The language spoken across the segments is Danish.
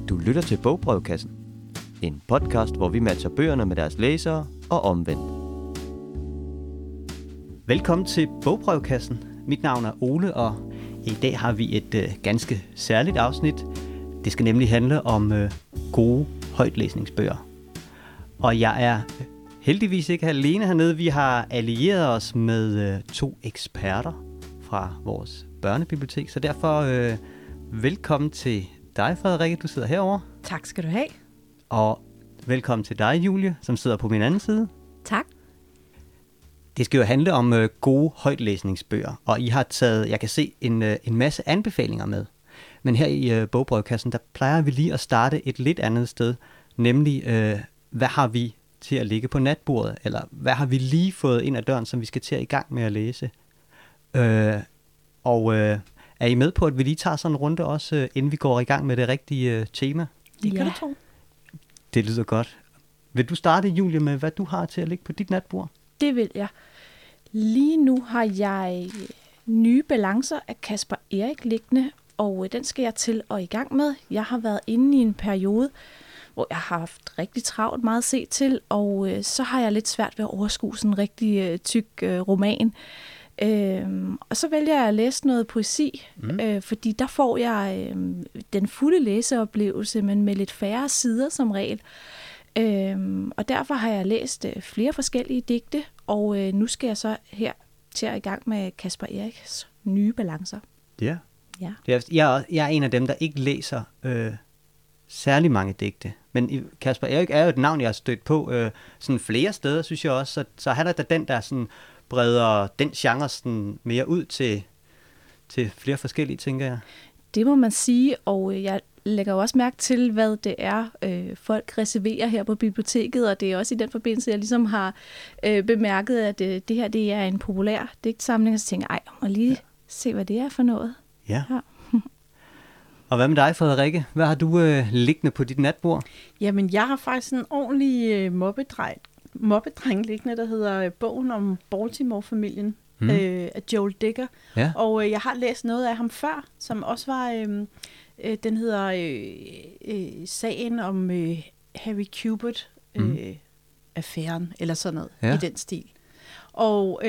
Du lytter til Bogbrevkassen, en podcast, hvor vi matcher bøgerne med deres læsere og omvendt. Velkommen til Bogbrevkassen. Mit navn er Ole, og i dag har vi et ganske særligt afsnit. Det skal nemlig handle om gode højtlæsningsbøger. Og jeg er heldigvis ikke alene hernede. Vi har allieret os med to eksperter fra vores børnebibliotek, så derfor velkommen til dig, Frederikke, du sidder herovre. Tak skal du have. Og velkommen til dig, Julie, som sidder på min anden side. Tak. Det skal jo handle om gode højtlæsningsbøger, og I har taget, jeg kan se, en masse anbefalinger med. Men her i Bogbrevkassen, der plejer vi lige at starte et lidt andet sted, nemlig hvad har vi til at ligge på natbordet, eller hvad har vi lige fået ind ad døren, som vi skal til at i gang med at læse. Er I med på, at vi lige tager sådan en runde også, inden vi går i gang med det rigtige tema? Det kan du tro. Det lyder godt. Vil du starte, Julie, med hvad du har til at ligge på dit natbord? Det vil jeg. Lige nu har jeg Nye Balancer af Caspar Eric liggende, og den skal jeg til at i gang med. Jeg har været inde i en periode, hvor jeg har haft rigtig travlt meget at se til, og så har jeg lidt svært ved at overskue sådan en rigtig tyk roman. Og så vælger jeg at læse noget poesi, fordi der får jeg den fulde læseoplevelse, men med lidt færre sider som regel. Og derfor har jeg læst flere forskellige digte, og nu skal jeg så her til at i gang med Caspar Erics Nye Balancer. Ja. Jeg er en af dem, der ikke læser særlig mange digte. Men Caspar Eric er jo et navn, jeg har stødt på sådan flere steder, synes jeg også. Så han er da den, der sådan breder den genre sådan mere ud til flere forskellige, tænker jeg. Det må man sige, og jeg lægger jo også mærke til, hvad det er, folk reserverer her på biblioteket, og det er også i den forbindelse, jeg ligesom har bemærket, at det her det er en populær digtsamling, og så tænker jeg, må lige se, hvad det er for noget. Ja. Og hvad med dig, Frederikke? Hvad har du liggende på dit natbord? Jamen, jeg har faktisk en ordentlig mobbedreng liggende, der hedder Bogen om Baltimore-familien af Joel Dicker. Ja. Og jeg har læst noget af ham før, som også var, den hedder Sagen om Harry Quebert-affæren, eller sådan noget, i den stil. Og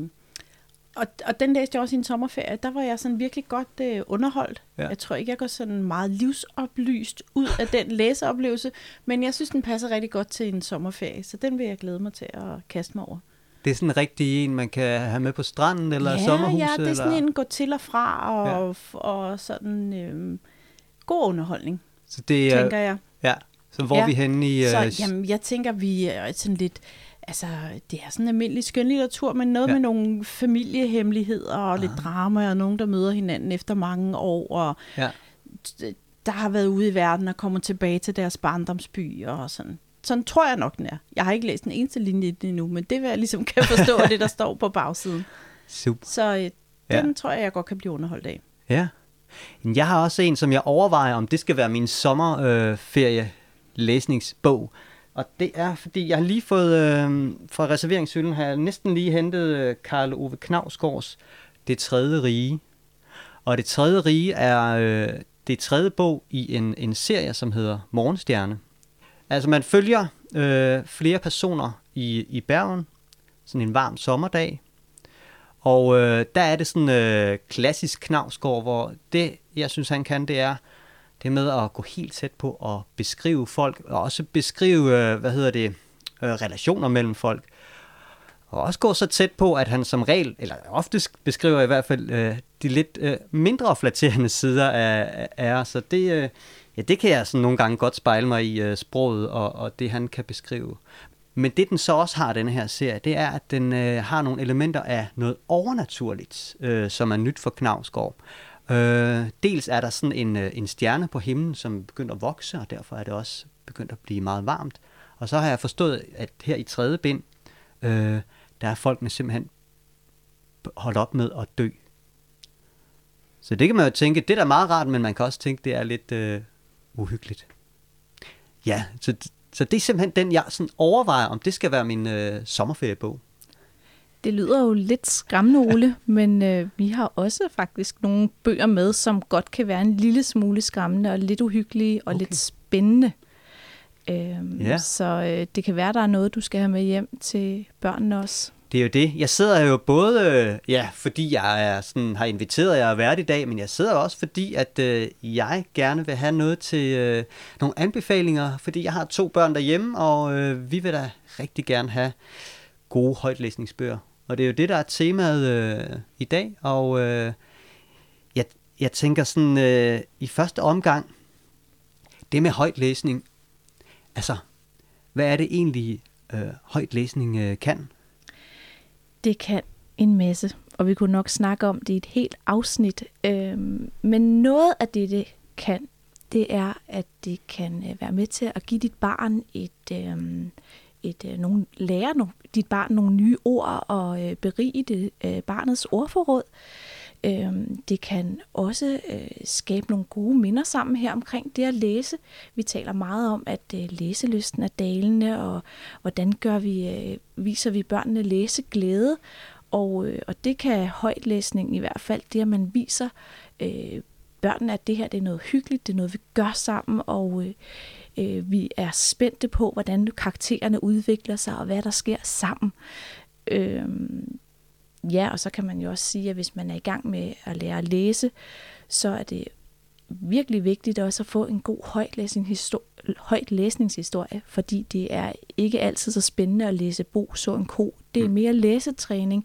den læste jeg også i en sommerferie. Der var jeg sådan virkelig godt underholdt. Ja. Jeg tror ikke, jeg går sådan meget livsoplyst ud af den læseoplevelse, men jeg synes, den passer rigtig godt til en sommerferie, så den vil jeg glæde mig til at kaste mig over. Det er sådan en rigtig en, man kan have med på stranden eller sommerhuset? Ja, det er sådan en gå til og fra, og sådan god underholdning, så det, tænker jeg. Ja, så hvor er vi henne i... Jeg tænker, vi er sådan lidt... Altså, det er sådan en almindelig skønlitteratur, men noget med nogle familiehemmeligheder og lidt drama, og nogen, der møder hinanden efter mange år, og der har været ude i verden og kommer tilbage til deres barndomsby, og sådan. Sådan tror jeg nok, den er. Jeg har ikke læst den eneste linje endnu, men det vil jeg ligesom kan forstå, det der står på bagsiden. Super. Så den tror jeg godt kan blive underholdt af. Ja. Jeg har også en, som jeg overvejer, om det skal være min sommerferie læsningsbog. Og det er, fordi jeg har lige fået fra reserveringshylden, har jeg næsten lige hentet Karl Ove Knausgårds Det Tredje Rige. Og Det Tredje Rige er det tredje bog i en serie, som hedder Morgenstjerne. Altså man følger flere personer i Bergen, sådan en varm sommerdag. Og der er det sådan klassisk Knausgård, hvor det, jeg synes, han kan, det er med at gå helt tæt på at beskrive folk, og også beskrive, relationer mellem folk. Og også gå så tæt på, at han som regel, eller oftest beskriver i hvert fald, de lidt mindre flatterende sider af os. Så det kan jeg sådan nogle gange godt spejle mig i sproget, og det han kan beskrive. Men det den så også har, denne her serie, det er, at den har nogle elementer af noget overnaturligt, som er nyt for Knausgård. Dels er der sådan en stjerne på himlen, som begynder at vokse, og derfor er det også begyndt at blive meget varmt. Og så har jeg forstået, at her i tredje bind, der er folkene simpelthen holdt op med at dø. Så det kan man jo tænke, det er da meget rart, men man kan også tænke, det er lidt uhyggeligt. Ja, så det er simpelthen den, jeg sådan overvejer, om det skal være min sommerferiebog. Det lyder jo lidt skræmmende, Ole, men vi har også faktisk nogle bøger med, som godt kan være en lille smule skræmmende og lidt uhyggelige og lidt spændende. Så det kan være, der er noget, du skal have med hjem til børnene også. Det er jo det. Jeg sidder jo både, fordi jeg er sådan, har inviteret jer at være i dag, men jeg sidder også, fordi at jeg gerne vil have noget til nogle anbefalinger, fordi jeg har 2 børn derhjemme, og vi vil da rigtig gerne have gode højtlæsningsbøger. Og det er jo det, der er temaet i dag, og jeg tænker sådan, i første omgang, det med højtlæsning, altså, hvad er det egentlig, højtlæsning kan? Det kan en masse, og vi kunne nok snakke om det i et helt afsnit. Men noget af det kan, det er, at det kan være med til at give dit barn dit barn nogle nye ord og berige barnets ordforråd. Det kan også skabe nogle gode minder sammen her omkring det at læse. Vi taler meget om, at læselysten er dalende, og hvordan viser vi børnene læseglæde. Og det kan højtlæsning i hvert fald, det at man viser børnene, at det her det er noget hyggeligt, det er noget, vi gør sammen, og vi er spændte på, hvordan karaktererne udvikler sig, og hvad der sker sammen. Og så kan man jo også sige, at hvis man er i gang med at lære at læse, så er det virkelig vigtigt også at få en god højtlæsningshistorie, fordi det er ikke altid så spændende at læse Bo så en ko. Det er mere læsetræning.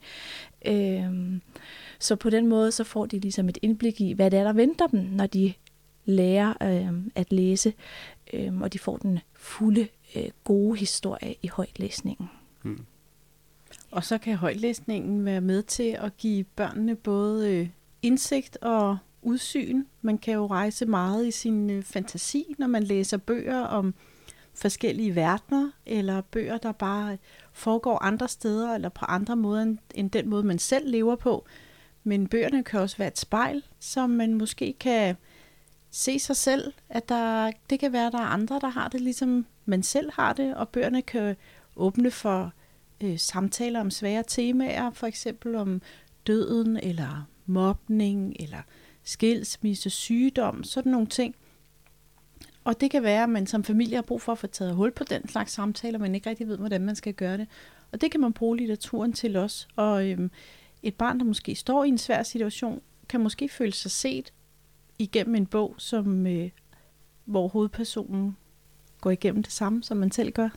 Så på den måde, så får de ligesom et indblik i, hvad det er, der venter dem, når de lærer at læse, og de får den fulde, gode historie i højtlæsningen. Og så kan højtlæsningen være med til at give børnene både indsigt og udsyn. Man kan jo rejse meget i sin fantasi, når man læser bøger om forskellige verdener, eller bøger, der bare foregår andre steder, eller på andre måder end den måde, man selv lever på. Men bøgerne kan også være et spejl, som man måske kan se sig selv, at det kan være, at der er andre, der har det, ligesom man selv har det, og bøgerne kan åbne for samtaler om svære temaer, for eksempel om døden, eller mobning, eller skilsmisse, sygdom, sådan nogle ting. Og det kan være, at man som familie har brug for at få taget hul på den slags samtaler, men ikke rigtig ved, hvordan man skal gøre det. Og det kan man bruge litteraturen til også. Og et barn, der måske står i en svær situation, kan måske føle sig set igennem en bog, hvor hovedpersonen går igennem det samme, som man selv gør.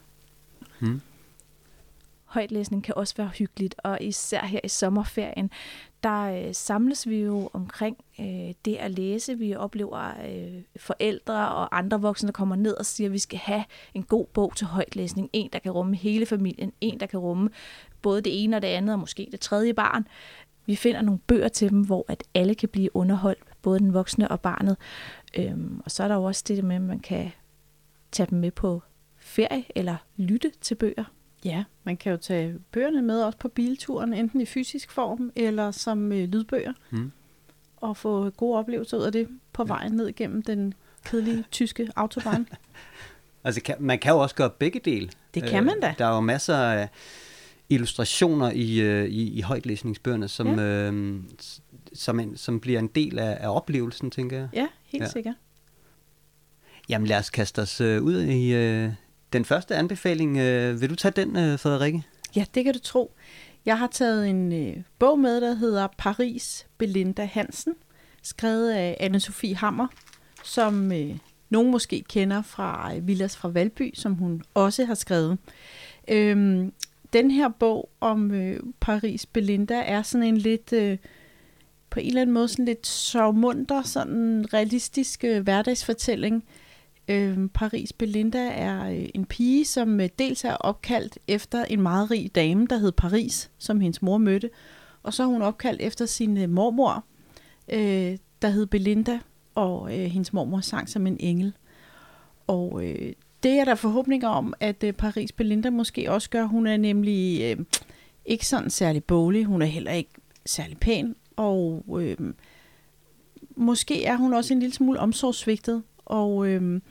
Højtlæsning kan også være hyggeligt, og især her i sommerferien, der samles vi jo omkring det at læse. Vi oplever forældre og andre voksne, der kommer ned og siger, at vi skal have en god bog til højtlæsning. En, der kan rumme hele familien. En, der kan rumme både det ene og det andet, og måske det tredje barn. Vi finder nogle bøger til dem, hvor at alle kan blive underholdt, både den voksne og barnet. Og så er der jo også det med, at man kan tage dem med på ferie eller lytte til bøger. Ja, man kan jo tage bøgerne med også på bilturen, enten i fysisk form eller som lydbøger, og få gode oplevelser ud af det på vejen ned gennem den kedelige tyske autobahn. Altså, man kan jo også gøre begge dele. Det kan man da. Der er jo masser af illustrationer i højtlæsningsbøgerne, som bliver en del af oplevelsen, tænker jeg. Ja, helt sikkert. Jamen, lad os kaste os ud i den første anbefaling. Vil du tage den, Frederikke? Ja, det kan du tro. Jeg har taget en bog med, der hedder Paris Belinda Hansen, skrevet af Anne-Sophie Hammer, som nogen måske kender fra Villas fra Valby, som hun også har skrevet. Den her bog om Paris Belinda er sådan en lidt, på en eller anden måde, sådan lidt sørgmunter, sådan realistisk hverdagsfortælling. Paris Belinda er en pige, som dels er opkaldt efter en meget rig dame, der hed Paris, som hendes mor mødte. Og så er hun opkaldt efter sin mormor, der hed Belinda, og hendes mormor sang som en engel. Og det er der forhåbninger om, at Paris Belinda måske også gør. Hun er nemlig ikke sådan særlig boglig, hun er heller ikke særlig pæn, og måske er hun også en lille smule omsorgssvigtet. Og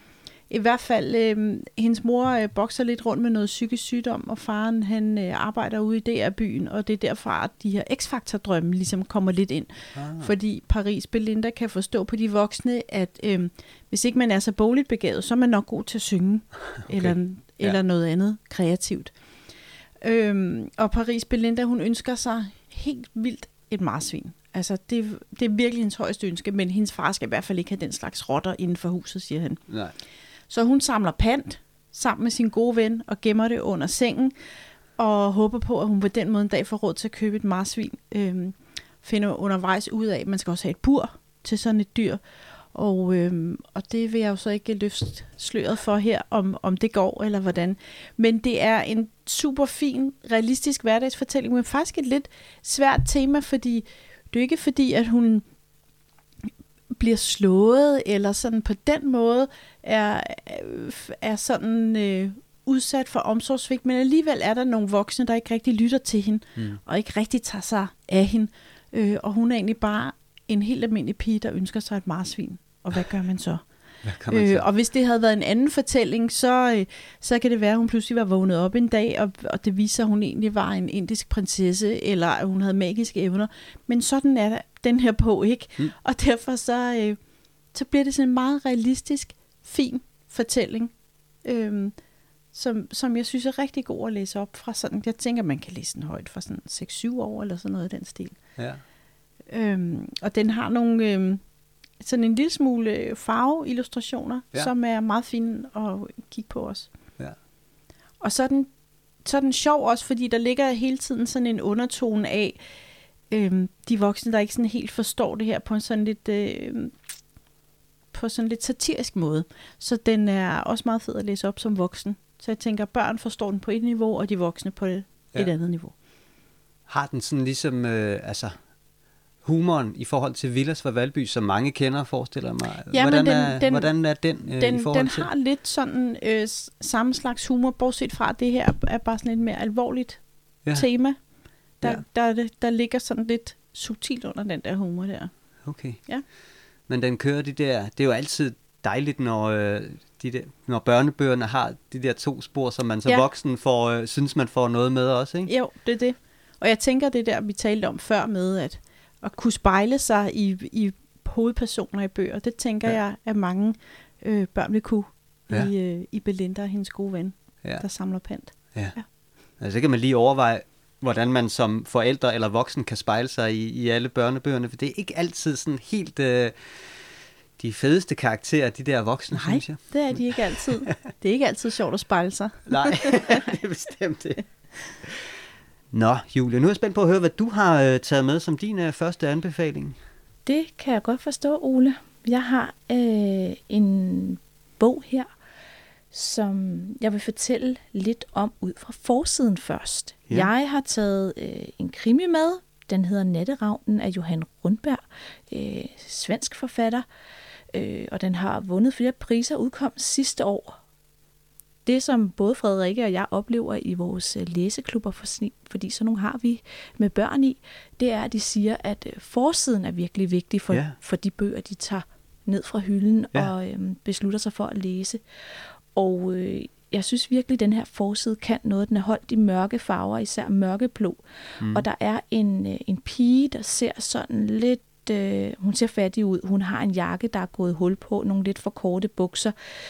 i hvert fald, hendes mor bokser lidt rundt med noget psykisk sygdom, og faren han arbejder ude i DR-byen, og det er derfra, at de her X-Factor-drømme ligesom kommer lidt ind. Fordi Paris Belinda kan forstå på de voksne, at hvis ikke man er så bogligt begavet, så er man nok god til at synge, eller noget andet kreativt. Og Paris Belinda, hun ønsker sig helt vildt et marsvin. Altså, det er virkelig hendes højeste ønske, men hendes far skal i hvert fald ikke have den slags rotter inden for huset, siger han. Nej. Så hun samler pant sammen med sin gode ven og gemmer det under sengen, og håber på, at hun på den måde en dag får råd til at købe et marsvin. Finder undervejs ud af, at man skal også have et bur til sådan et dyr. Og det vil jeg jo så ikke løfte sløret for her, om det går eller hvordan. Men det er en super fin, realistisk hverdagsfortælling, men faktisk et lidt svært tema, fordi det er ikke fordi, at hun bliver slået, eller sådan på den måde er sådan udsat for omsorgsvigt, men alligevel er der nogle voksne, der ikke rigtig lytter til hende, og ikke rigtig tager sig af hende. Og hun er egentlig bare en helt almindelig pige, der ønsker sig et marsvin. Og hvad gør man så? Og hvis det havde været en anden fortælling, så kan det være, at hun pludselig var vågnet op en dag, og det viser, at hun egentlig var en indisk prinsesse, eller at hun havde magiske evner. Men sådan er den her bog ikke. Og derfor så bliver det sådan en meget realistisk, fin fortælling, som jeg synes er rigtig god at læse op fra sådan. Jeg tænker, man kan læse den højt fra sådan 6-7 år, eller sådan noget af den stil. Ja. Og den har nogle sådan en lille smule farveillustrationer, som er meget fine at kigge på os. Ja. Og så er den sjov også, fordi der ligger hele tiden sådan en undertone af de voksne, der ikke sådan helt forstår det her på en sådan lidt på sådan lidt satirisk måde. Så den er også meget fed at læse op som voksen. Så jeg tænker, børn forstår den på et niveau, og de voksne på et andet niveau. Har den sådan ligesom humoren i forhold til Villas fra Valby, som mange kender, forestiller mig? Ja, hvordan er den i forhold til? Den har lidt sådan samme slags humor, bortset fra, at det her er bare sådan et mere alvorligt tema. Der ligger sådan lidt subtilt under den der humor der. Okay. Ja. Men den kører det er jo altid dejligt, når børnebøgerne har de der 2 spor, som man som voksen synes, man får noget med også, ikke? Jo, det er det. Og jeg tænker, det der, vi talte om før med, at kunne spejle sig i hovedpersoner i bøger, det tænker jeg, at mange børn vil kunne i Belinda og hendes gode ven, der samler pant. Ja. Altså, så kan man lige overveje, hvordan man som forældre eller voksen kan spejle sig i alle børnebøgerne, for det er ikke altid sådan helt de fedeste karakterer, de der voksne, synes jeg. Nej, det er de ikke altid. Det er ikke altid sjovt at spejle sig. Nej, det er bestemt det. Nå, Julie, nu er jeg spændt på at høre, hvad du har taget med som din første anbefaling. Det kan jeg godt forstå, Ole. Jeg har en bog her, som jeg vil fortælle lidt om ud fra forsiden først. Ja. Jeg har taget en krimi med. Den hedder Natteravnen af Johan Rundberg, svensk forfatter. Og den har vundet flere priser, udkom sidste år. Det, som både Frederikke og jeg oplever i vores læseklubber, fordi sådan nogle har vi med børn i, det er, at de siger, at forsiden er virkelig vigtig for de bøger, de tager ned fra hylden og beslutter sig for at læse. Og jeg synes virkelig, at den her forside kan noget. Den er holdt i mørke farver, især mørkeblå. Og der er en pige, der ser sådan lidt, hun ser fattig ud. Hun har en jakke, der er gået hul på, nogle lidt for korte bukser.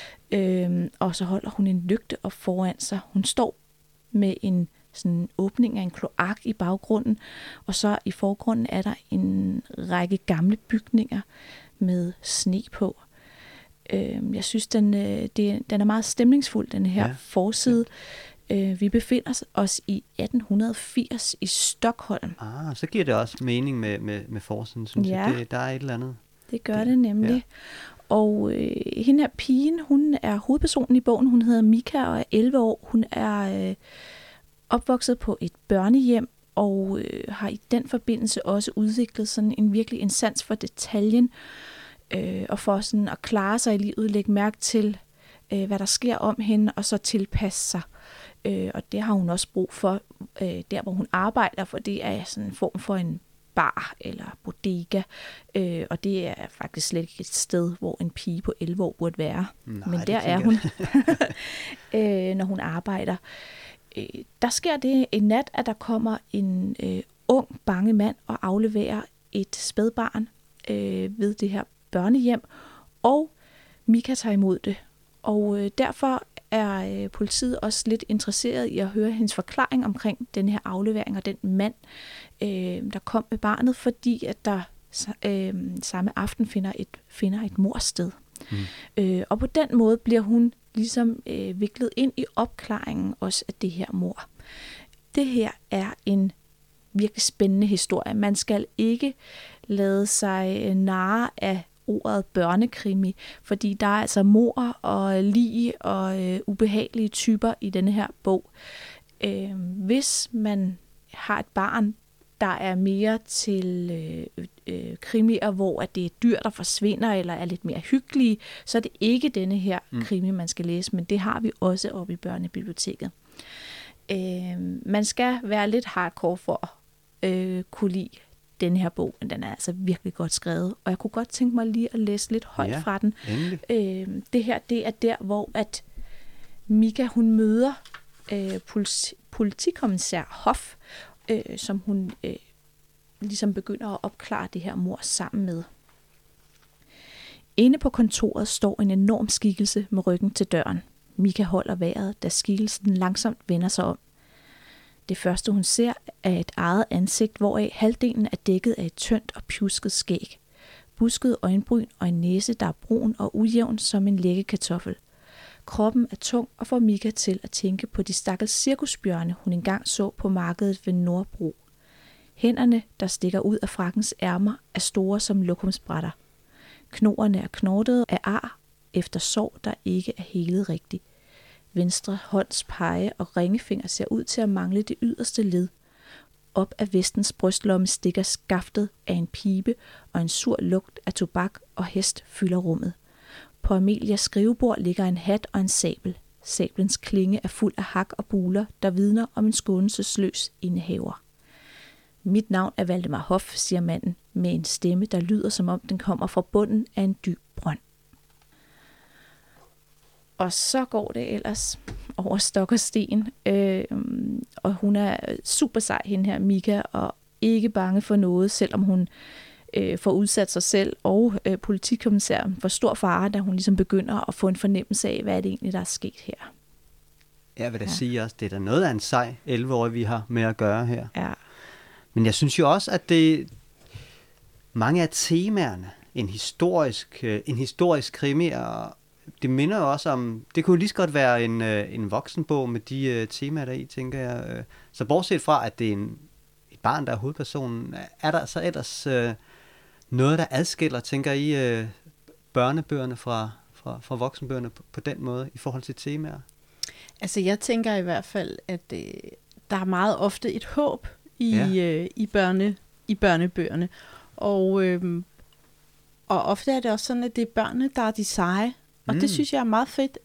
Og så holder hun en lygte op foran sig. Hun står med en sådan åbning af en kloak i baggrunden, og så i forgrunden er der en række gamle bygninger med sne på. Jeg synes, den er meget stemningsfuld, den her forside. Vi befinder os i 1880 i Stockholm. Så giver det også mening med forsiden, synes jeg. Der er et eller andet. Det gør det nemlig. Ja. Og hende her pigen, hun er hovedpersonen i bogen. Hun hedder Mika og er 11 år. Hun er opvokset på et børnehjem og har i den forbindelse også udviklet sådan en sans for detaljen og for sådan at klare sig i livet, lægge mærke til, hvad der sker om hende, og så tilpasse sig. Og det har hun også brug for der, hvor hun arbejder, for det er sådan en form for bar eller bodega, og det er faktisk slet ikke et sted, hvor en pige på 11 år burde være. Nej, men der er hun, når hun arbejder. Der sker det en nat, at der kommer en ung, bange mand og afleverer et spædbarn ved det her børnehjem, og Mika tager imod det. Og derfor er politiet også lidt interesseret i at høre hendes forklaring omkring den her aflevering og den mand, der kom med barnet, fordi at der samme aften finder et mord sted. Og på den måde bliver hun ligesom viklet ind i opklaringen også af det her mord. Det her er en virkelig spændende historie. Man skal ikke lade sig narre af ordet børnekrimi, fordi der er altså mord og lig og ubehagelige typer i denne her bog. Hvis man har et barn, der er mere til krimier, hvor at det er dyr, der forsvinder, eller er lidt mere hyggelige, så er det ikke denne her krimi, man skal læse, men det har vi også oppe i børnebiblioteket. Man skal være lidt hardcore for at kunne lide den her bog, men den er altså virkelig godt skrevet, og jeg kunne godt tænke mig lige at læse lidt højt fra den. Det her, det er der, hvor at Mika, hun møder politikommissær Hoff, som hun ligesom begynder at opklare det her mord sammen med. Inde på kontoret står en enorm skikkelse med ryggen til døren. Mika holder vejret, da skikkelsen langsomt vender sig om. Det første hun ser er et eget ansigt, hvoraf halvdelen er dækket af et tyndt og pjusket skæg. Busket øjenbryn og en næse, der er brun og ujævn som en læggekartoffel. Kroppen er tung og får Mika til at tænke på de stakkels cirkusbjørne, hun engang så på markedet ved Nordbro. Hænderne, der stikker ud af frakkens ærmer, er store som lokumsbrætter. Knoerne er knortede af ar efter sår, der ikke er helet rigtigt. Venstre hånds pege og ringefinger ser ud til at mangle det yderste led. Op af vestens brystlomme stikker skaftet af en pibe, og en sur lugt af tobak og hest fylder rummet. På Amelias skrivebord ligger en hat og en sabel. Sablens klinge er fuld af hak og buler, der vidner om en skånselsløs indehaver. Mit navn er Valdemar Hoff, siger manden, med en stemme, der lyder som om den kommer fra bunden af en dyb brønd. Og så går det ellers over stok og sten, og hun er super sej, hende her Mika, og ikke bange for noget, selvom hun får udsat sig selv og politikommissæren for stor fare, da hun ligesom begynder at få en fornemmelse af, hvad er det egentlig, der er sket her. Jeg vil da sige også, det er da noget af en sej 11-årig, vi har med at gøre her. Ja. Men jeg synes jo også, at det mange af temaerne, en historisk krimi, og det minder jo også om, det kunne lige så godt være en voksenbog med de temaer der i, tænker jeg. Så bortset fra, at det er et barn, der er hovedpersonen, er der så ellers noget, der adskiller, tænker I, børnebøgerne fra voksenbøgerne på den måde, i forhold til temaer? Altså jeg tænker i hvert fald, at der er meget ofte et håb i børnebøgerne, og ofte er det også sådan, at det er børnene, der er de seje. Og det synes jeg er meget fedt,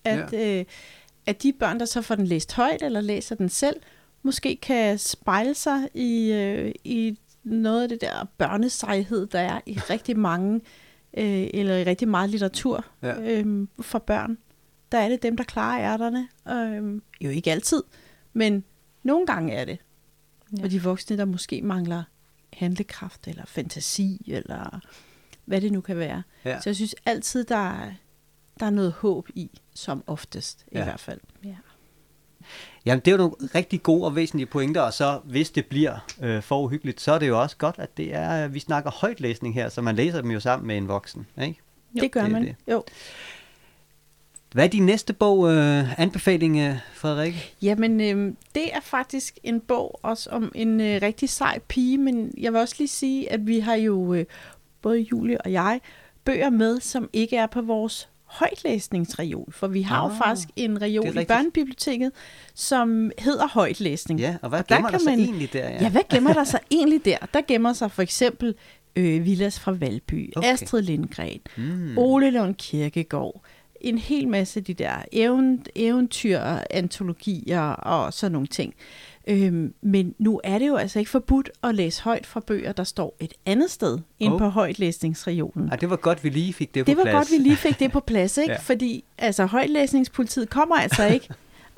at de børn, der så får den læst højt, eller læser den selv, måske kan spejle sig i noget af det der børnesejhed, der er i rigtig mange, eller i rigtig meget litteratur for børn. Der er det dem, der klarer ærterne. Jo ikke altid, men nogle gange er det. Ja. Og de voksne, der måske mangler handlekraft, eller fantasi, eller hvad det nu kan være. Ja. Så jeg synes altid, der er noget håb i, som oftest i hvert fald. Ja. Jamen, det er jo nogle rigtig gode og væsentlige pointer, og så hvis det bliver for uhyggeligt, så er det jo også godt, at det er, vi snakker højtlæsning her, så man læser dem jo sammen med en voksen, ikke? Jo, det gør man, det. Jo. Hvad er din næste bog, anbefaling, Frederikke? Jamen, det er faktisk en bog også om en rigtig sej pige, men jeg vil også lige sige, at vi har jo, både Julie og jeg, bøger med, som ikke er på vores højtlæsningsreol, for vi har jo faktisk en reol i børnebiblioteket, som hedder højtlæsning. Ja, og hvad gemmer der sig egentlig der? Ja, hvad gemmer der sig egentlig der? Der gemmer sig for eksempel Villads fra Valby, Astrid Lindgren, Ole Lund Kirkegaard, en hel masse af de der eventyrantologier og sådan nogle ting. Men nu er det jo altså ikke forbudt at læse højt fra bøger, der står et andet sted end på højtlæsningsregionen. Ja, det var godt, vi lige fik det på plads. Det var godt, vi lige fik det på plads, ikke? Ja. Fordi altså, højtlæsningspolitiet kommer altså ikke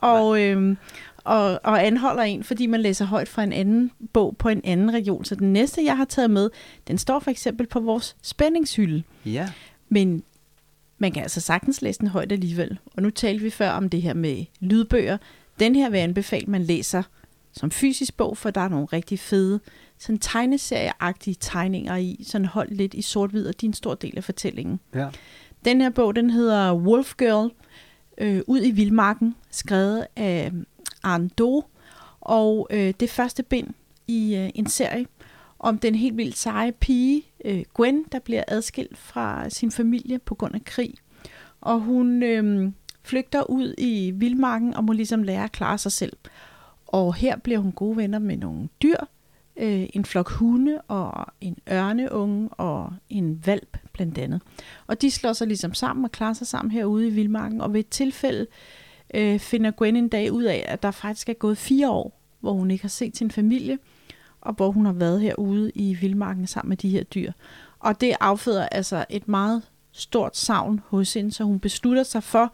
og anholder en, fordi man læser højt fra en anden bog på en anden region. Så den næste, jeg har taget med, den står for eksempel på vores spændingshylde. Ja. Men man kan altså sagtens læse den højt alligevel. Og nu talte vi før om det her med lydbøger. Den her vil jeg anbefale, man læser som fysisk bog, for der er nogle rigtig fede sådan tegneserieagtige tegninger i, sådan holdt lidt i sort-hvid, og de er en stor del af fortællingen. Ja. Den her bog, den hedder Wolf Girl, Ud i vildmarken, skrevet af Arne Do, og det første bind i en serie om den helt vildt seje pige, Gwen, der bliver adskilt fra sin familie på grund af krig. Og hun flygter ud i vildmarken og må ligesom lære at klare sig selv. Og her bliver hun gode venner med nogle dyr, en flok hunde og en ørneunge og en hvalp blandt andet. Og de slår sig ligesom sammen og klarer sig sammen herude i vildmarken. Og ved et tilfælde finder Gwen en dag ud af, at der faktisk er gået 4 år, hvor hun ikke har set sin familie, og hvor hun har været herude i vildmarken sammen med de her dyr. Og det afføder altså et meget stort savn hos hende, så hun beslutter sig for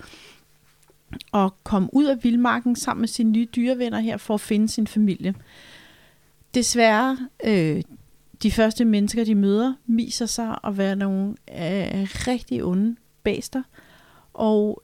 at komme ud af vildmarken sammen med sine nye dyrevenner her for at finde sin familie. Desværre, de første mennesker, de møder, viser sig at være nogle rigtig onde bæster, og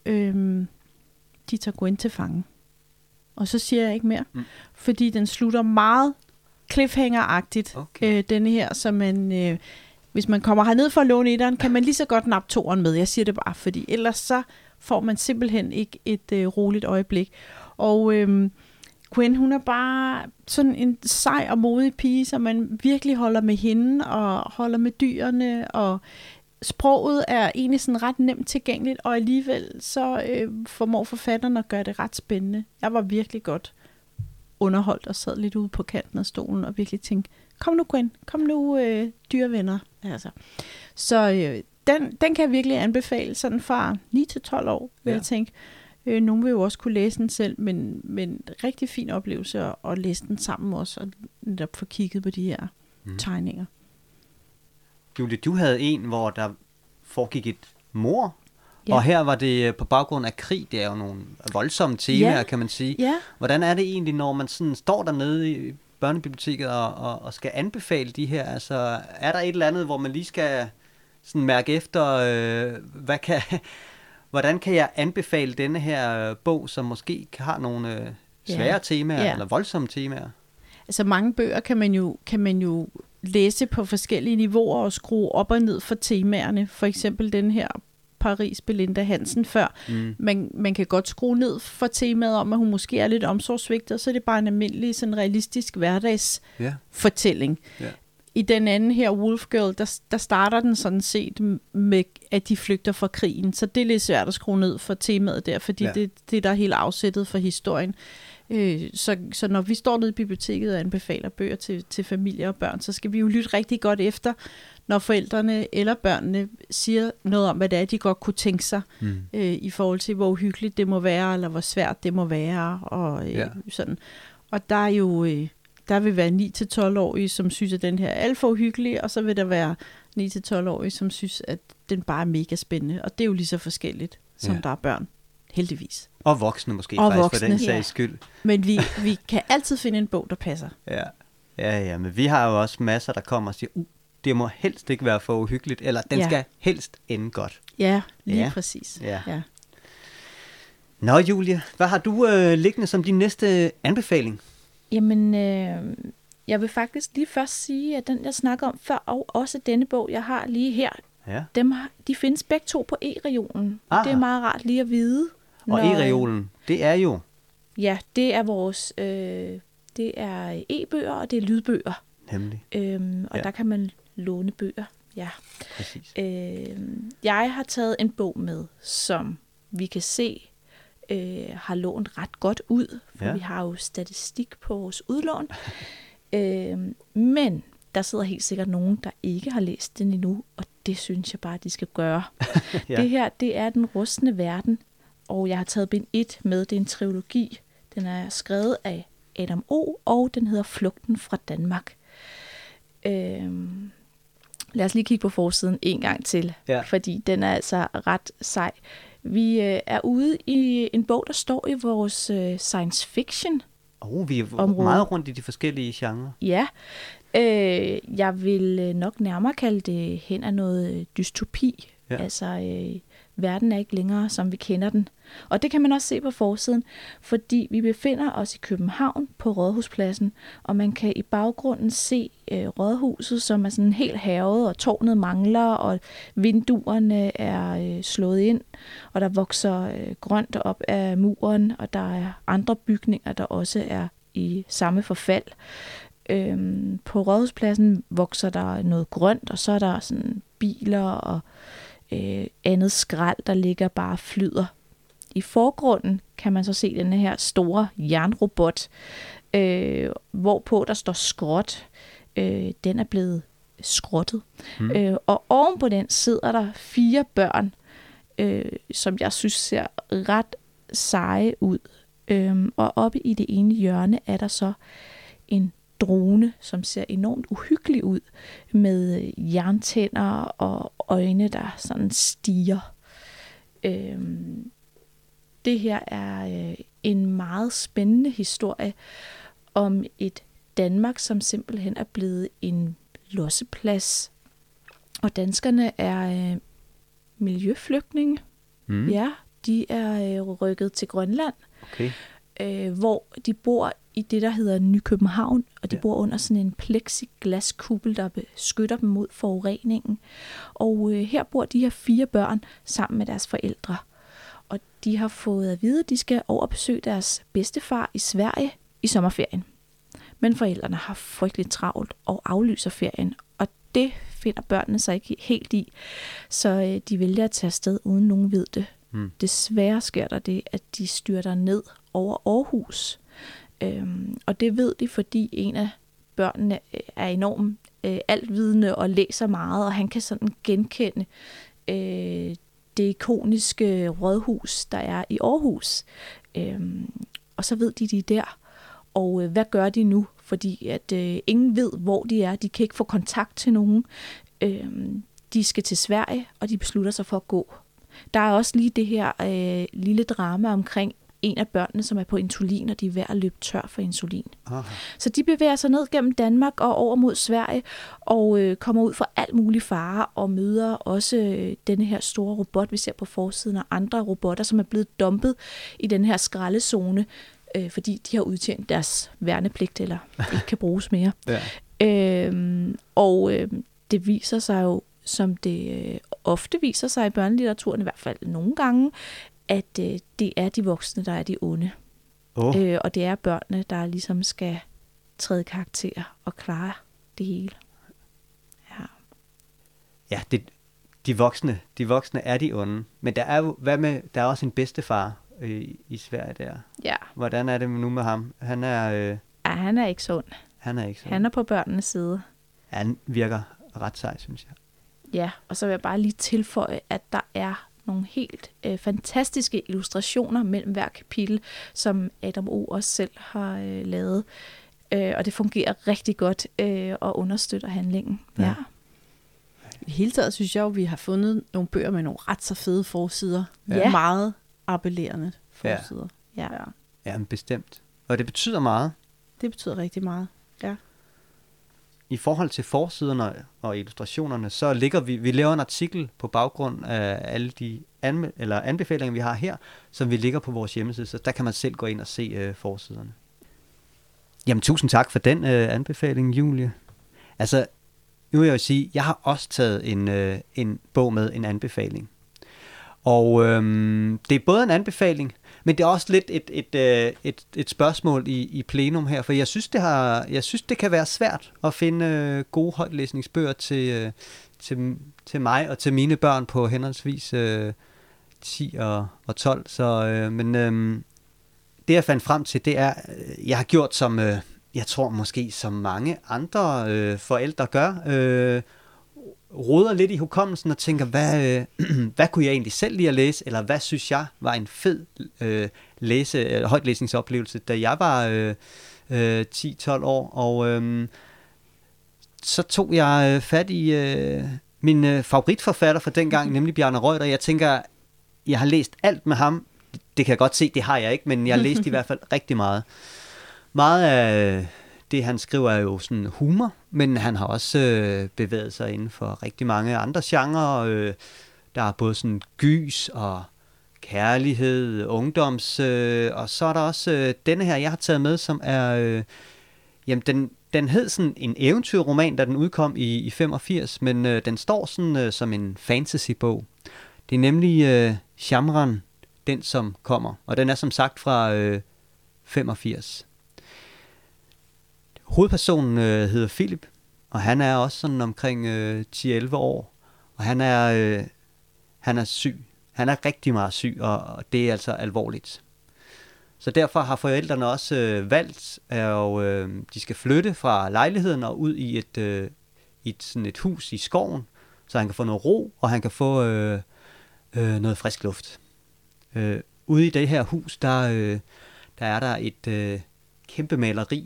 de tager Gwen til fange. Og så siger jeg ikke mere, fordi den slutter meget cliffhanger-agtigt, denne her, så man, hvis man kommer herned for at låne etteren, kan man lige så godt nappe toeren med. Jeg siger det bare, fordi ellers så får man simpelthen ikke et roligt øjeblik. Og Gwen, hun er bare sådan en sej og modig pige, så man virkelig holder med hende og holder med dyrene, og sproget er egentlig sådan ret nemt tilgængeligt, og alligevel så formår forfatteren at gøre det ret spændende. Jeg var virkelig godt underholdt og sad lidt ude på kanten af stolen og virkelig tænkte, kom nu Gwen, kom nu dyrevenner. Altså. Så den kan jeg virkelig anbefale, sådan fra 9 til 12 år, vil jeg tænke. Nogle vil jo også kunne læse den selv, men rigtig fin oplevelse at læse den sammen også, og netop få kigget på de her tegninger. Julie, du havde en, hvor der foregik et mord, og her var det på baggrund af krig. Det er jo nogle voldsomme temaer, kan man sige. Ja. Hvordan er det egentlig, når man sådan står dernede i børnebiblioteket og skal anbefale de her? Altså, er der et eller andet, hvor man lige skal sådan mærke efter, hvordan kan jeg anbefale denne her bog, som måske har nogle svære temaer eller voldsomme temaer? Altså mange bøger kan man jo læse på forskellige niveauer og skrue op og ned for temaerne. For eksempel den her Paris Belinda Hansen før. Man kan godt skrue ned for temaet om, at hun måske er lidt omsorgsvigtet, så er det bare en almindelig, sådan realistisk hverdagsfortælling. I den anden her, Wolf Girl, der starter den sådan set med, at de flygter fra krigen. Så det er lidt svært at skrue ned for temaet der, fordi det der er helt afsættet for historien. Så når vi står nede i biblioteket og anbefaler bøger til familier og børn, så skal vi jo lytte rigtig godt efter, når forældrene eller børnene siger noget om, hvad det er, de godt kunne tænke sig, i forhold til, hvor uhyggeligt det må være, eller hvor svært det må være, og sådan. Og der er jo... Der vil være 9-12-årige, som synes, at den her er alt for uhyggelig, og så vil der være 9-12-årige, som synes, at den bare er mega spændende. Og det er jo lige så forskelligt, som der er børn, heldigvis. Og voksne måske, og faktisk voksne, for den sags skyld. Men vi kan altid finde en bog, der passer. Ja, men vi har jo også masser, der kommer og siger, det må helst ikke være for uhyggeligt, eller den skal helst ende godt. Ja, lige præcis. Ja. Nå, Julie, hvad har du liggende som din næste anbefaling? Jamen, jeg vil faktisk lige først sige, at den, jeg snakker om før, og også denne bog, jeg har lige her, de findes begge to på e-regionen. Det er meget rart lige at vide. Og e-regionen, det er jo? Ja, det er vores, det er e-bøger, og det er lydbøger. Nemlig. Og der kan man låne bøger. Ja. Præcis. Jeg har taget en bog med, som vi kan se, har lånt ret godt ud, for vi har jo statistik på vores udlån. Men der sidder helt sikkert nogen, der ikke har læst den endnu, og det synes jeg bare, de skal gøre. Ja. Det her, det er Den rustne verden, og jeg har taget bind 1 med. Det er en trilogi. Den er skrevet af Adam O., og den hedder Flugten fra Danmark. Lad os lige kigge på forsiden en gang til, fordi den er altså ret sej. Vi er ude i en bog, der står i vores science fiction. Vi er meget rundt i de forskellige genrer. Ja, jeg vil nok nærmere kalde det hen af noget dystopi. Ja. Altså, verden er ikke længere, som vi kender den. Og det kan man også se på forsiden, fordi vi befinder os i København på Rådhuspladsen, og man kan i baggrunden se Rådhuset, som er sådan helt hærget, og tårnet mangler, og vinduerne er slået ind, og der vokser grønt op af muren, og der er andre bygninger, der også er i samme forfald. På Rådhuspladsen vokser der noget grønt, og så er der sådan biler og andet skrald, der ligger bare flyder. I forgrunden kan man så se denne her store jernrobot, hvorpå der står skrot. Den er blevet skrottet. Og oven på den sidder der 4 børn, som jeg synes ser ret seje ud. Og oppe i det ene hjørne er der så en drone, som ser enormt uhyggelig ud, med jerntænder og øjne, der sådan stiger. Det her er en meget spændende historie om et Danmark, som simpelthen er blevet en losseplads. Og danskerne er miljøflygtninge. Ja, de er rykket til Grønland, hvor de bor i det, der hedder Nykøbenhavn, og de bor under sådan en plexiglaskuppel, der beskytter dem mod forureningen. Og her bor de her 4 børn sammen med deres forældre. Og de har fået at vide, at de skal over besøge deres bedstefar i Sverige i sommerferien. Men forældrene har frygteligt travlt og aflyser ferien, og det finder børnene sig ikke helt i. Så de vælger at tage afsted, uden nogen ved det. Desværre sker der det, at de styrter ned over Aarhus. Og det ved de, fordi en af børnene er enormt altvidende og læser meget, og han kan sådan genkende det ikoniske rådhus, der er i Aarhus. Og så ved de er der. Og hvad gør de nu? Fordi at ingen ved, hvor de er. De kan ikke få kontakt til nogen. De skal til Sverige, og de beslutter sig for at gå. Der er også lige det her lille drama omkring en af børnene, som er på insulin, og de er ved at løbe tør for insulin. Aha. Så de bevæger sig ned gennem Danmark og over mod Sverige, og kommer ud for alt mulig fare, og møder også denne her store robot, vi ser på forsiden, og andre robotter, som er blevet dumpet i den her skraldezone, fordi de har udtjent deres værnepligt, eller ikke kan bruges mere. Det viser sig jo, som det ofte viser sig i børnelitteraturen, i hvert fald nogle gange, at det er de voksne, der er de onde. Og det er børnene, der ligesom skal træde karakter og klare det hele. Ja, de voksne er de onde. Men der er jo, der er også en bedstefar i Sverige der. Ja. Hvordan er det nu med ham? Han er... han er ikke så ond. Han er på børnenes side. Han virker ret sej, synes jeg. Ja, og så vil jeg bare lige tilføje, at der er nogle helt fantastiske illustrationer mellem hver kapitel, som Adam O. også selv har lavet. Og det fungerer rigtig godt og understøtter handlingen. Ja. I hele taget synes jeg jo, vi har fundet nogle bøger med nogle ret så fede forsider. Ja. Meget appellerende forsider. Ja, men bestemt. Og det betyder meget. Det betyder rigtig meget, ja. I forhold til forsiderne og illustrationerne, så ligger vi laver en artikel på baggrund af alle de anbefalinger, vi har her, som vi ligger på vores hjemmeside, så der kan man selv gå ind og se forsiderne. Jamen, tusind tak for den anbefaling, Julie. Altså, nu vil jeg jo sige, jeg har også taget en bog med en anbefaling. Og det er både en anbefaling, men det er også lidt et spørgsmål i plenum her, for jeg synes det kan være svært at finde gode højtlæsningsbøger til mig og til mine børn på henholdsvis 10 og 12. Så det jeg fandt frem til, det er, jeg har gjort som jeg tror måske som mange andre forældre gør, roder lidt i hukommelsen og tænker, hvad kunne jeg egentlig selv lide at læse, eller hvad synes jeg var en fed højtlæsningsoplevelse, da jeg var 10-12 år, og så tog jeg fat i min favoritforfatter fra dengang, nemlig Bjarne Reuter. Jeg tænker, jeg har læst alt med ham. Det kan jeg godt se, det har jeg ikke, men jeg har læst i hvert fald rigtig meget. Meget af det, han skriver, er jo sådan humor, men han har også bevæget sig inden for rigtig mange andre genrer. Der er både sådan gys og kærlighed, ungdoms, og så er der også denne her, jeg har taget med, som er, den hed sådan en eventyrroman, da den udkom i 85, men den står sådan som en fantasybog. Det er nemlig Shamran, den som kommer, og den er som sagt fra 85. Hovedpersonen hedder Philip, og han er også sådan omkring 10-11 år, og han er syg. Han er rigtig meget syg, og det er altså alvorligt. Så derfor har forældrene også valgt, at de skal flytte fra lejligheden og ud i sådan et hus i skoven, så han kan få noget ro, og han kan få noget frisk luft. Ude i det her hus, der er der et kæmpe maleri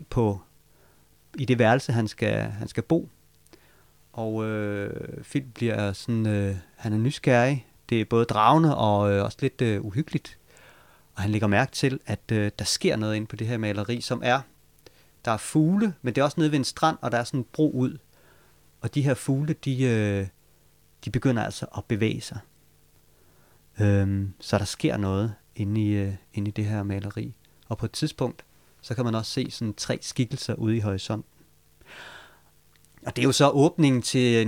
i det værelse, han skal bo. Og Philip bliver sådan, han er nysgerrig. Det er både dragende og også lidt uhyggeligt. Og han lægger mærke til, at der sker noget inde på det her maleri, der er fugle, men det er også nede ved en strand, og der er sådan en bro ud. Og de her fugle, de begynder altså at bevæge sig. Så der sker noget inde i det her maleri. Og på et tidspunkt, så kan man også se sådan 3 skikkelser ude i horisonten. Og det er jo så åbningen til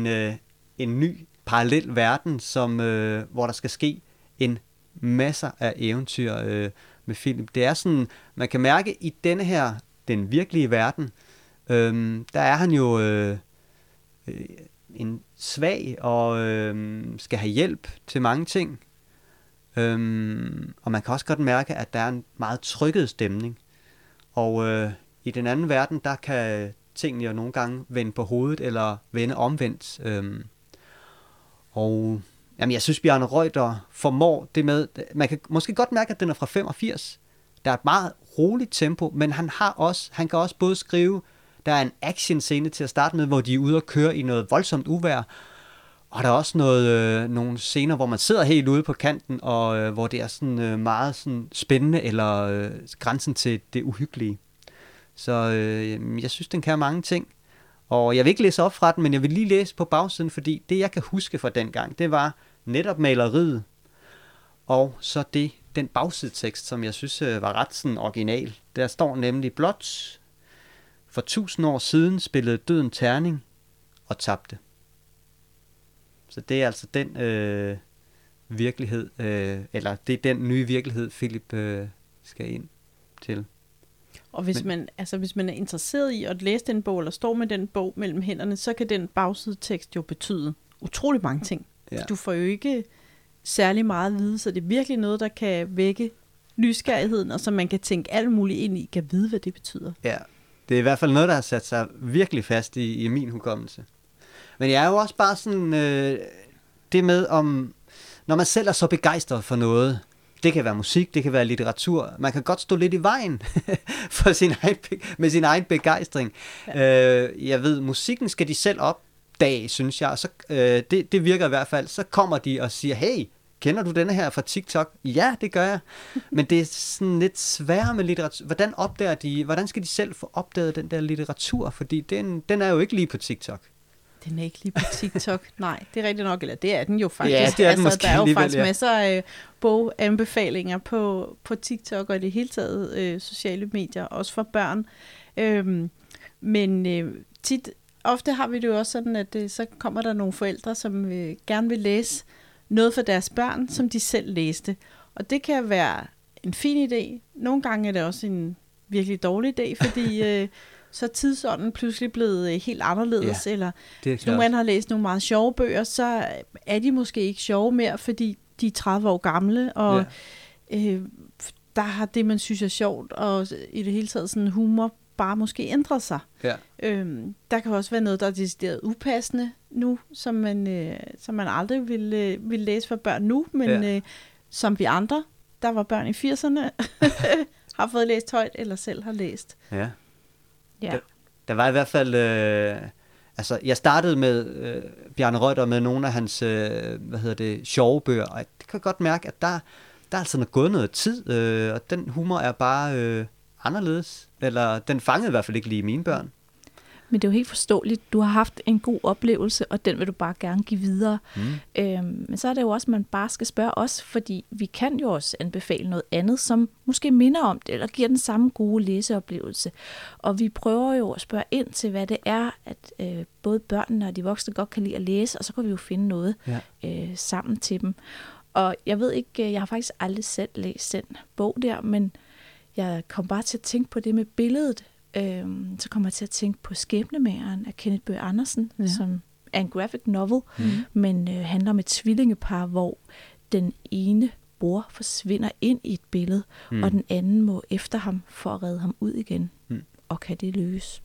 en ny parallel verden, hvor der skal ske en masser af eventyr med Philip. Det er sådan, man kan mærke i denne her, den virkelige verden, der er han jo en svag og skal have hjælp til mange ting. Og man kan også godt mærke, at der er en meget trykket stemning. Og i den anden verden, der kan tingene jo nogle gange vende på hovedet, eller vende omvendt. Og jamen, jeg synes, Bjarne Reuter formår det med, man kan måske godt mærke, at den er fra 85. Der er et meget roligt tempo, men han kan også både skrive, der er en action-scene til at starte med, hvor de er ude og køre i noget voldsomt uvejr, og der er også nogle scener, hvor man sidder helt ude på kanten, og hvor det er sådan meget sådan spændende, eller grænsen til det uhyggelige. Så jeg synes, den kan mange ting. Og jeg vil ikke læse op fra den, men jeg vil lige læse på bagsiden, fordi det, jeg kan huske fra dengang, det var netop maleriet, og så den bagsidetekst, som jeg synes var ret sådan original. Der står nemlig blot: for 1000 år siden spillede døden terning og tabte. Så det er altså den virkelighed, eller det er den nye virkelighed, Philip skal ind til. Og hvis man er interesseret i at læse den bog, eller står med den bog mellem hænderne, så kan den bagsidetekst jo betyde utrolig mange ting. Ja. Du får jo ikke særlig meget at vide, så det er virkelig noget, der kan vække nysgerrigheden, og så man kan tænke alt muligt ind i, kan vide, hvad det betyder. Ja, det er i hvert fald noget, der har sat sig virkelig fast i min hukommelse. Men jeg er jo også bare sådan, det med om, når man selv er så begejstret for noget, det kan være musik, det kan være litteratur, man kan godt stå lidt i vejen med sin egen begejstring. Ja. Jeg ved, musikken skal de selv opdage, synes jeg, og så, det virker i hvert fald, så kommer de og siger, hey, kender du denne her fra TikTok? Ja, det gør jeg. Men det er sådan lidt sværere med litteratur. Hvordan skal de selv få opdaget den der litteratur? Fordi den er jo ikke lige på TikTok. Den er ikke lige på TikTok. Nej, det er rigtigt nok. Eller det er den jo faktisk. Ja, det er den måske der er jo faktisk masser af boganbefalinger på TikTok og i det hele taget sociale medier, også for børn. Men ofte har vi det jo også sådan, at så kommer der nogle forældre, som gerne vil læse noget for deres børn, som de selv læste. Og det kan være en fin idé. Nogle gange er det også en virkelig dårlig idé, fordi så er tidsånden pludselig blevet helt anderledes. Ja, eller hvis nogle har læst nogle meget sjove bøger, så er de måske ikke sjove mere, fordi de er 30 år gamle, og der har det, man synes er sjovt, og i det hele taget sådan humor bare måske ændret sig. Ja. Der kan også være noget, der er decideret upassende nu, som man aldrig vil læse for børn nu, men som vi andre, der var børn i 80'erne, har fået læst højt, eller selv har læst. Ja. Ja. Der var i hvert fald... altså, jeg startede med Bjarne Reuter med nogle af hans, sjove bøger, og jeg kan godt mærke, at der er altså gået noget tid, og den humor er bare anderledes. Eller den fangede i hvert fald ikke lige mine børn. Men det er jo helt forståeligt. Du har haft en god oplevelse, og den vil du bare gerne give videre. Men så er det jo også, at man bare skal spørge os, fordi vi kan jo også anbefale noget andet, som måske minder om det, eller giver den samme gode læseoplevelse. Og vi prøver jo at spørge ind til, hvad det er, at både børnene og de voksne godt kan lide at læse, og så kan vi jo finde noget sammen til dem. Og jeg ved ikke, jeg har faktisk aldrig selv læst den bog der, men jeg kom bare til at tænke på det med billedet. Så kommer jeg til at tænke på Skæbnemageren af Kenneth Bøgh Andersen, som er en graphic novel, men handler om et tvillingepar, hvor den ene bror forsvinder ind i et billede, og den anden må efter ham for at redde ham ud igen. Og kan det lykkes?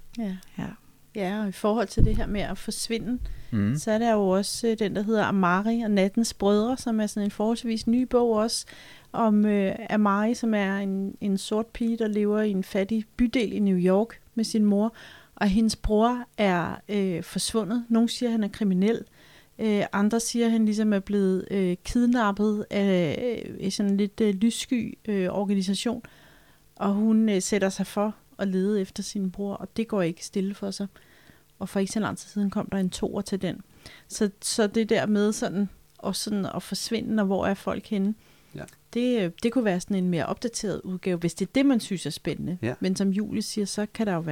Ja, og i forhold til det her med at forsvinde, så er der jo også den, der hedder Amari og Nattens Brødre, som er sådan en forholdsvis ny bog også, om Amari, som er en sort pige, der lever i en fattig bydel i New York med sin mor, og hendes bror er forsvundet. Nogle siger, at han er kriminel. Andre siger, at han ligesom er blevet kidnappet af sådan en lidt lyssky organisation, og hun sætter sig for at lede efter sin bror, og det går ikke stille for sig. Og for ikke så lang tid siden kom der en 2'er til den. Så det der med sådan at forsvinde, og hvor er folk henne, det kunne være sådan en mere opdateret udgave, hvis det er det, man synes er spændende. Ja. Men som Julie siger, så kan der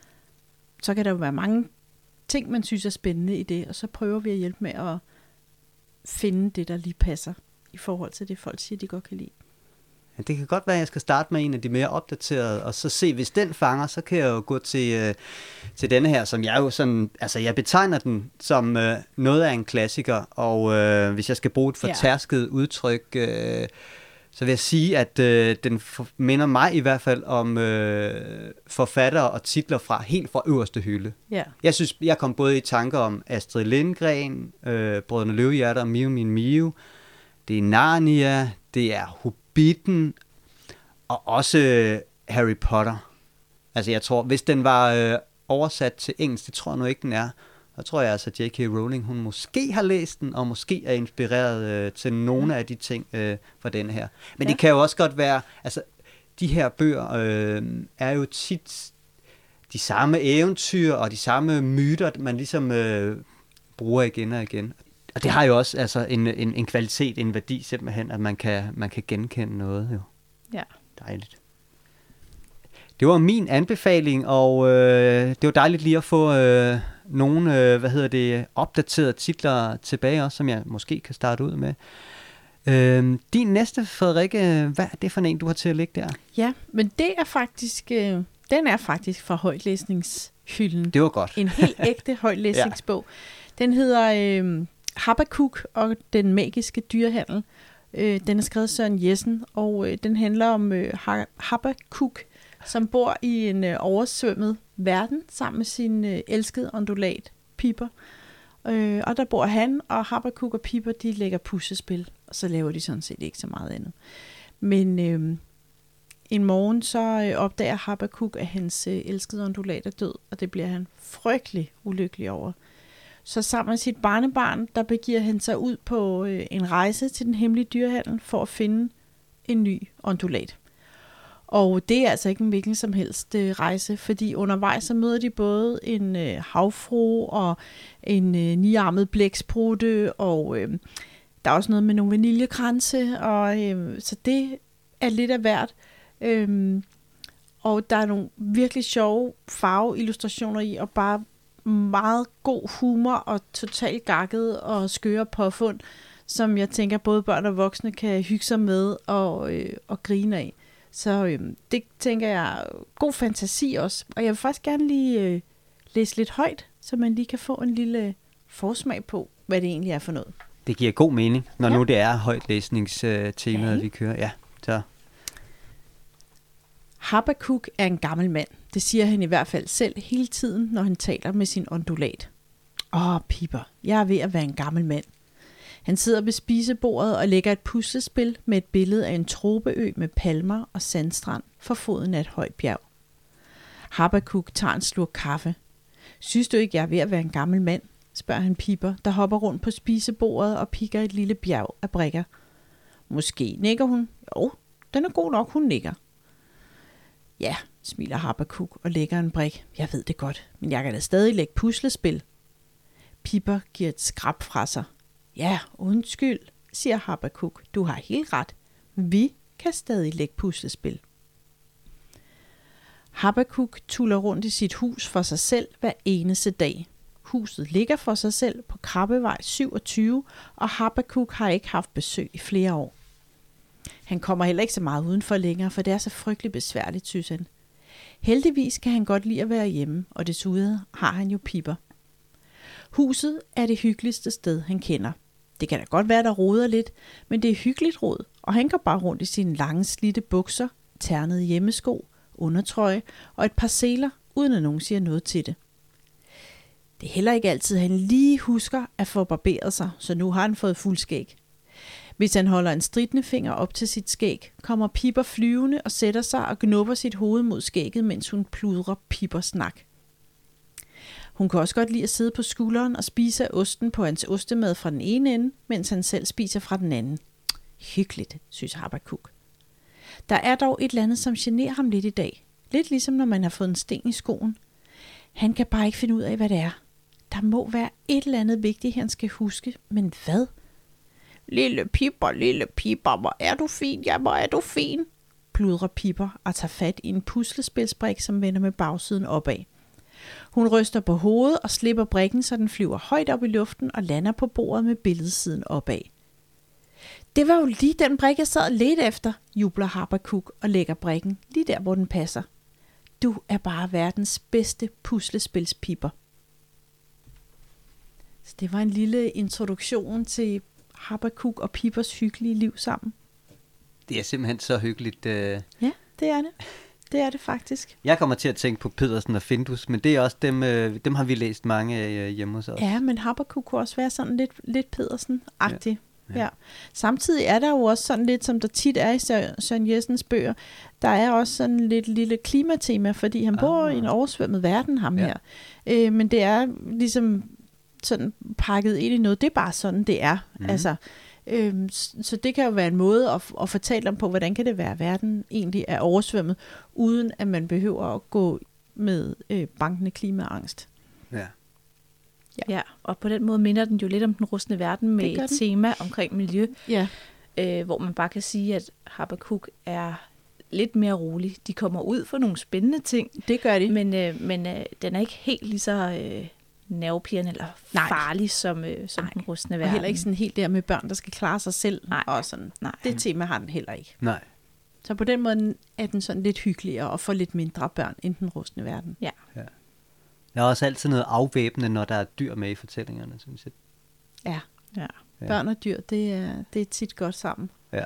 jo være mange ting, man synes er spændende i det, og så prøver vi at hjælpe med at finde det, der lige passer i forhold til det, folk siger, de godt kan lide. Ja, det kan godt være, at jeg skal starte med en af de mere opdaterede, og så se, hvis den fanger, så kan jeg jo gå til denne her, som jeg jo sådan, altså jeg betegner den som noget af en klassiker, og hvis jeg skal bruge et fortærsket udtryk, så vil jeg sige, at den minder mig i hvert fald om forfattere og titler helt fra øverste hylde. Ja. Jeg synes, jeg kom både i tanker om Astrid Lindgren, Brødrene Løvehjerte og Miu Min Miu, det er Narnia, det er Hobbiten, og også Harry Potter. Altså jeg tror, hvis den var oversat til engelsk, det tror jeg nu ikke, den er. Så tror jeg altså, at J.K. Rowling, hun måske har læst den, og måske er inspireret til nogle af de ting fra denne her. Men det kan jo også godt være, altså de her bøger er jo tit de samme eventyr og de samme myter, man ligesom bruger igen og igen. Og det har jo også altså en kvalitet, en værdi simpelthen, at man kan genkende noget. Jo. Ja. Dejligt. Det var min anbefaling, og det var dejligt lige at få nogle opdaterede titler tilbage også, som jeg måske kan starte ud med. Din næste, Frederikke, hvad er det for en, du har til at lægge der? Ja, men det er faktisk, den er faktisk fra højtlæsningshylden. Det var godt. En helt ægte højtlæsningsbog. Den hedder Habakuk og den magiske dyrehandel. Den er skrevet Søren Jessen, og den handler om Habakuk, som bor i en oversvømmet verden sammen med sin elskede ondulat, Piper. Og der bor han, og Habakuk og Piper, de lægger puslespil, og så laver de sådan set ikke så meget andet. Men en morgen så opdager Habakuk, at hans elskede ondulat er død, og det bliver han frygtelig ulykkelig over. Så sammen med sit barnebarn, der begiver han sig ud på en rejse til den hemmelige dyrehandel for at finde en ny ondulat. Og det er altså ikke en hvilken som helst rejse, fordi undervejs så møder de både en havfrue og en niarmet blæksprutte, og der er også noget med nogle vaniljekranse, og så det er lidt af hvert. Og der er nogle virkelig sjove farveillustrationer i, og bare meget god humor og totalt gakket og skøre påfund, som jeg tænker både børn og voksne kan hygge sig med og grine af. Så det tænker jeg god fantasi også. Og jeg vil faktisk gerne lige læse lidt højt, så man lige kan få en lille forsmag på, hvad det egentlig er for noget. Det giver god mening, når nu det er højtlæsningstemaet, vi kører. Ja, så. Habakuk er en gammel mand. Det siger han i hvert fald selv hele tiden, når han taler med sin ondulat. Piper, jeg er ved at være en gammel mand. Han sidder ved spisebordet og lægger et puslespil med et billede af en tropeø med palmer og sandstrand for foden af et højt bjerg. Habakuk tager en slurk kaffe. Synes du ikke, jeg er ved at være en gammel mand? Spørger han Piper, der hopper rundt på spisebordet og pikker et lille bjerg af brikker. Måske, nikker hun. Jo, den er god nok, hun nikker. Ja, smiler Habakuk og lægger en brik. Jeg ved det godt, men jeg kan da stadig lægge puslespil. Piper giver et skrab fra sig. Ja, undskyld, siger Habakuk. Du har helt ret. Vi kan stadig lægge puslespil. Habakuk tuller rundt i sit hus for sig selv hver eneste dag. Huset ligger for sig selv på Krabbevej 27, og Habakuk har ikke haft besøg i flere år. Han kommer heller ikke så meget udenfor længere, for det er så frygteligt besværligt, synes han. Heldigvis kan han godt lide at være hjemme, og desuden har han jo Piper. Huset er det hyggeligste sted, han kender. Det kan da godt være, der roder lidt, men det er hyggeligt rod, og han går bare rundt i sine lange, slidte bukser, ternede hjemmesko, undertrøje og et par seler, uden at nogen siger noget til det. Det er heller ikke altid, han lige husker at få barberet sig, så nu har han fået fuldskæg. Hvis han holder en stridende finger op til sit skæg, kommer Piper flyvende og sætter sig og gnubber sit hoved mod skægget, mens hun pludrer Pipers snak. Hun kan også godt lide at sidde på skulderen og spise af osten på hans ostemad fra den ene ende, mens han selv spiser fra den anden. Hyggeligt, synes Habakuk. Der er dog et eller andet, som generer ham lidt i dag. Lidt ligesom når man har fået en sten i skoen. Han kan bare ikke finde ud af, hvad det er. Der må være et eller andet vigtigt, han skal huske, men hvad? Lille Piper, hvor er du fin, ja, hvor er du fin, pludrer Piper og tager fat i en puslespilsbrik, som vender med bagsiden opad. Hun ryster på hovedet og slipper brikken, så den flyver højt op i luften og lander på bordet med billedsiden opad. Det var jo lige den brik, jeg sad og ledte efter, jubler Habakuk og lægger brikken lige der, hvor den passer. Du er bare verdens bedste puslespilspiper. Så det var en lille introduktion til Habakuk og Pipers hyggelige liv sammen. Det er simpelthen så hyggeligt. Ja, det er det. Det er det faktisk. Jeg kommer til at tænke på Pedersen og Findus, men det er også dem har vi læst mange af hjemme hos os. Ja, men Habakuk kunne også være sådan lidt Pedersen-agtig. Ja. Samtidig er der jo også sådan lidt, som der tit er i Søren Jessens bøger, der er også sådan lidt lille klimatema, fordi han bor i en oversvømmet verden, ham her. Men det er ligesom sådan pakket ind i noget. Det er bare sådan, det er. Altså, så det kan jo være en måde at fortælle om på, hvordan kan det være, at verden egentlig er oversvømmet, uden at man behøver at gå med bankende klimaangst. Ja, og på den måde minder den jo lidt om den rustne verden med et tema omkring miljø, hvor man bare kan sige, at Habakuk er lidt mere rolig. De kommer ud for nogle spændende ting. Det gør de. Men den er ikke helt lige så nervepirrende eller farlig som den rustne verden. Og heller ikke sådan helt der med børn, der skal klare sig selv. Nej. Og sådan. Nej. Det tema har den heller ikke. Nej. Så på den måde er den sådan lidt hyggeligere og får lidt mindre børn end den rustne verden. Ja. Der er også altid noget afvæbnende, når der er dyr med i fortællingerne, synes jeg. Ja. Børn og dyr, det er tit godt sammen. Ja.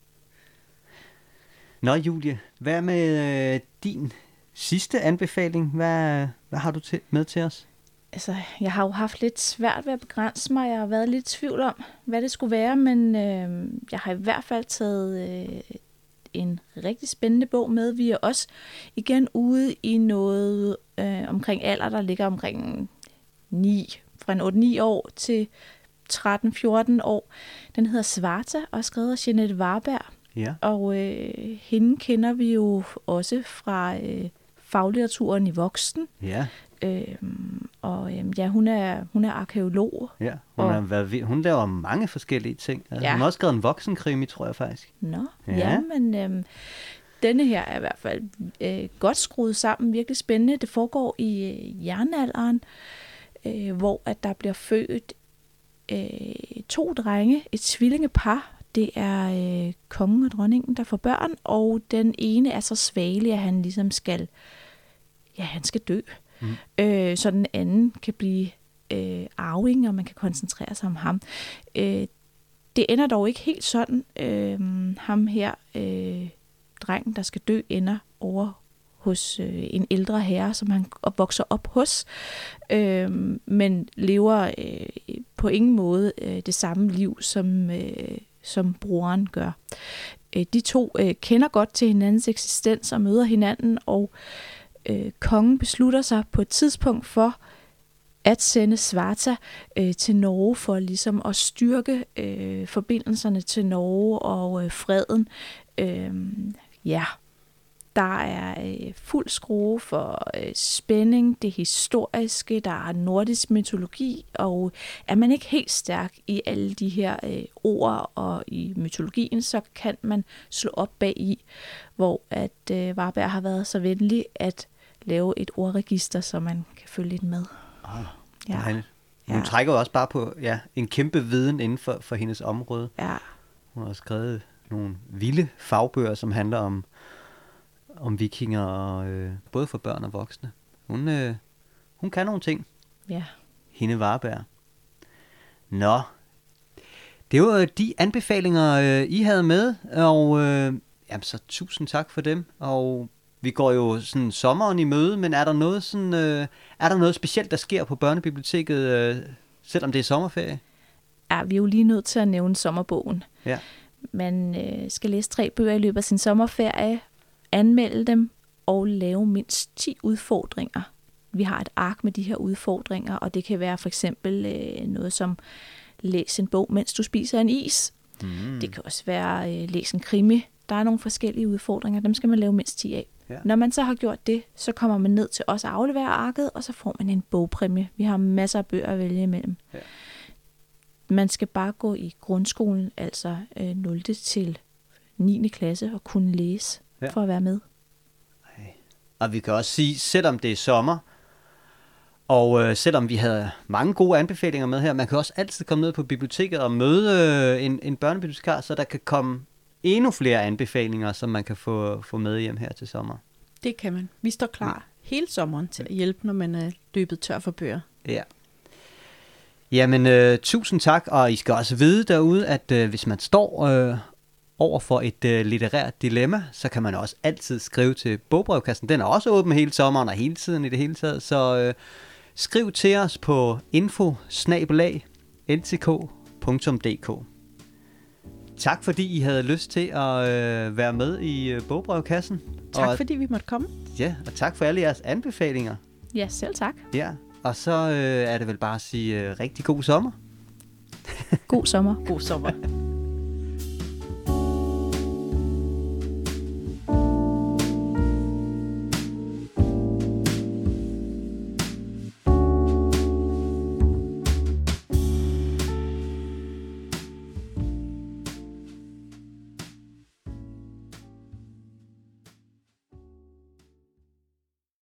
Nå, Julie, hvad med din sidste anbefaling? Hvad har du med til os? Altså, jeg har jo haft lidt svært ved at begrænse mig. Jeg har været lidt i tvivl om, hvad det skulle være, men jeg har i hvert fald taget en rigtig spændende bog med. Vi er også igen ude i noget omkring alder, der ligger omkring 9, fra en 8-9 år til 13-14 år. Den hedder Svarta og er skrevet af Jeanette Varberg. Ja. Og hende kender vi jo også fra faglitteraturen i voksen. Ja. Hun er arkæolog. Ja, hun laver mange forskellige ting. Altså, hun har også skrevet en voksenkrimi, tror jeg faktisk. Nå, ja, men denne her er i hvert fald godt skruet sammen, virkelig spændende. Det foregår i jernalderen, hvor at der bliver født 2 drenge, et tvillingepar. Det er kongen og dronningen, der får børn, og den ene er så svagelig, at han ligesom skal dø. Så den anden kan blive arving, og man kan koncentrere sig om ham. Det ender dog ikke helt sådan. Ham her, dreng, der skal dø, ender over hos en ældre herre, som han vokser op hos, men lever på ingen måde det samme liv, som broren gør. De to kender godt til hinandens eksistens og møder hinanden, og kongen beslutter sig på et tidspunkt for at sende Svarta til Norge for ligesom at styrke forbindelserne til Norge og freden. Der er fuld skrue for spænding, det historiske, der er nordisk mytologi, og er man ikke helt stærk i alle de her ord og i mytologien, så kan man slå op bag i, hvor at Varberg har været så venlig at lave et ordregister, så man kan følge lidt med. Hun trækker jo også bare på en kæmpe viden inden for hendes område. Ja. Hun har skrevet nogle vilde fagbøger, som handler om vikinger, og både for børn og voksne. Hun kan nogle ting. Ja. Hende Varberg. Nå, det var de anbefalinger, I havde med, og så tusind tak for dem. Og vi går jo sådan sommeren i møde, men er der noget specielt, der sker på børnebiblioteket, selvom det er sommerferie? Ja, vi er jo lige nødt til at nævne sommerbogen. Ja. Man skal læse 3 bøger i løbet af sin sommerferie, anmelde dem og lave mindst 10 udfordringer. Vi har et ark med de her udfordringer, og det kan være for eksempel noget som læs en bog, mens du spiser en is. Det kan også være læs en krimi. Der er nogle forskellige udfordringer, dem skal man lave mindst 10 af. Ja. Når man så har gjort det, så kommer man ned til os at aflevere arket, og så får man en bogpræmie. Vi har masser af bøger at vælge imellem. Ja. Man skal bare gå i grundskolen, altså 0. til 9. klasse, og kunne læse for at være med. Og vi kan også sige, selvom det er sommer, og selvom vi havde mange gode anbefalinger med her, man kan også altid komme ned på biblioteket og møde en børnebibliotekar, så der kan komme endnu flere anbefalinger, som man kan få med hjem her til sommer. Det kan man. Vi står klar hele sommeren til at hjælpe, når man er løbet tør for bøger. Ja. Jamen, tusind tak, og I skal også vide derude, at hvis man står over for et litterært dilemma, så kan man også altid skrive til Bogbrevkassen. Den er også åben hele sommeren og hele tiden i det hele taget, så skriv til os på info@ltk.dk. Tak fordi I havde lyst til at være med i Bogbrevkassen. Tak fordi vi måtte komme. Ja, og tak for alle jeres anbefalinger. Ja, selv tak. Ja, og så er det vel bare at sige rigtig god sommer. God sommer. God sommer.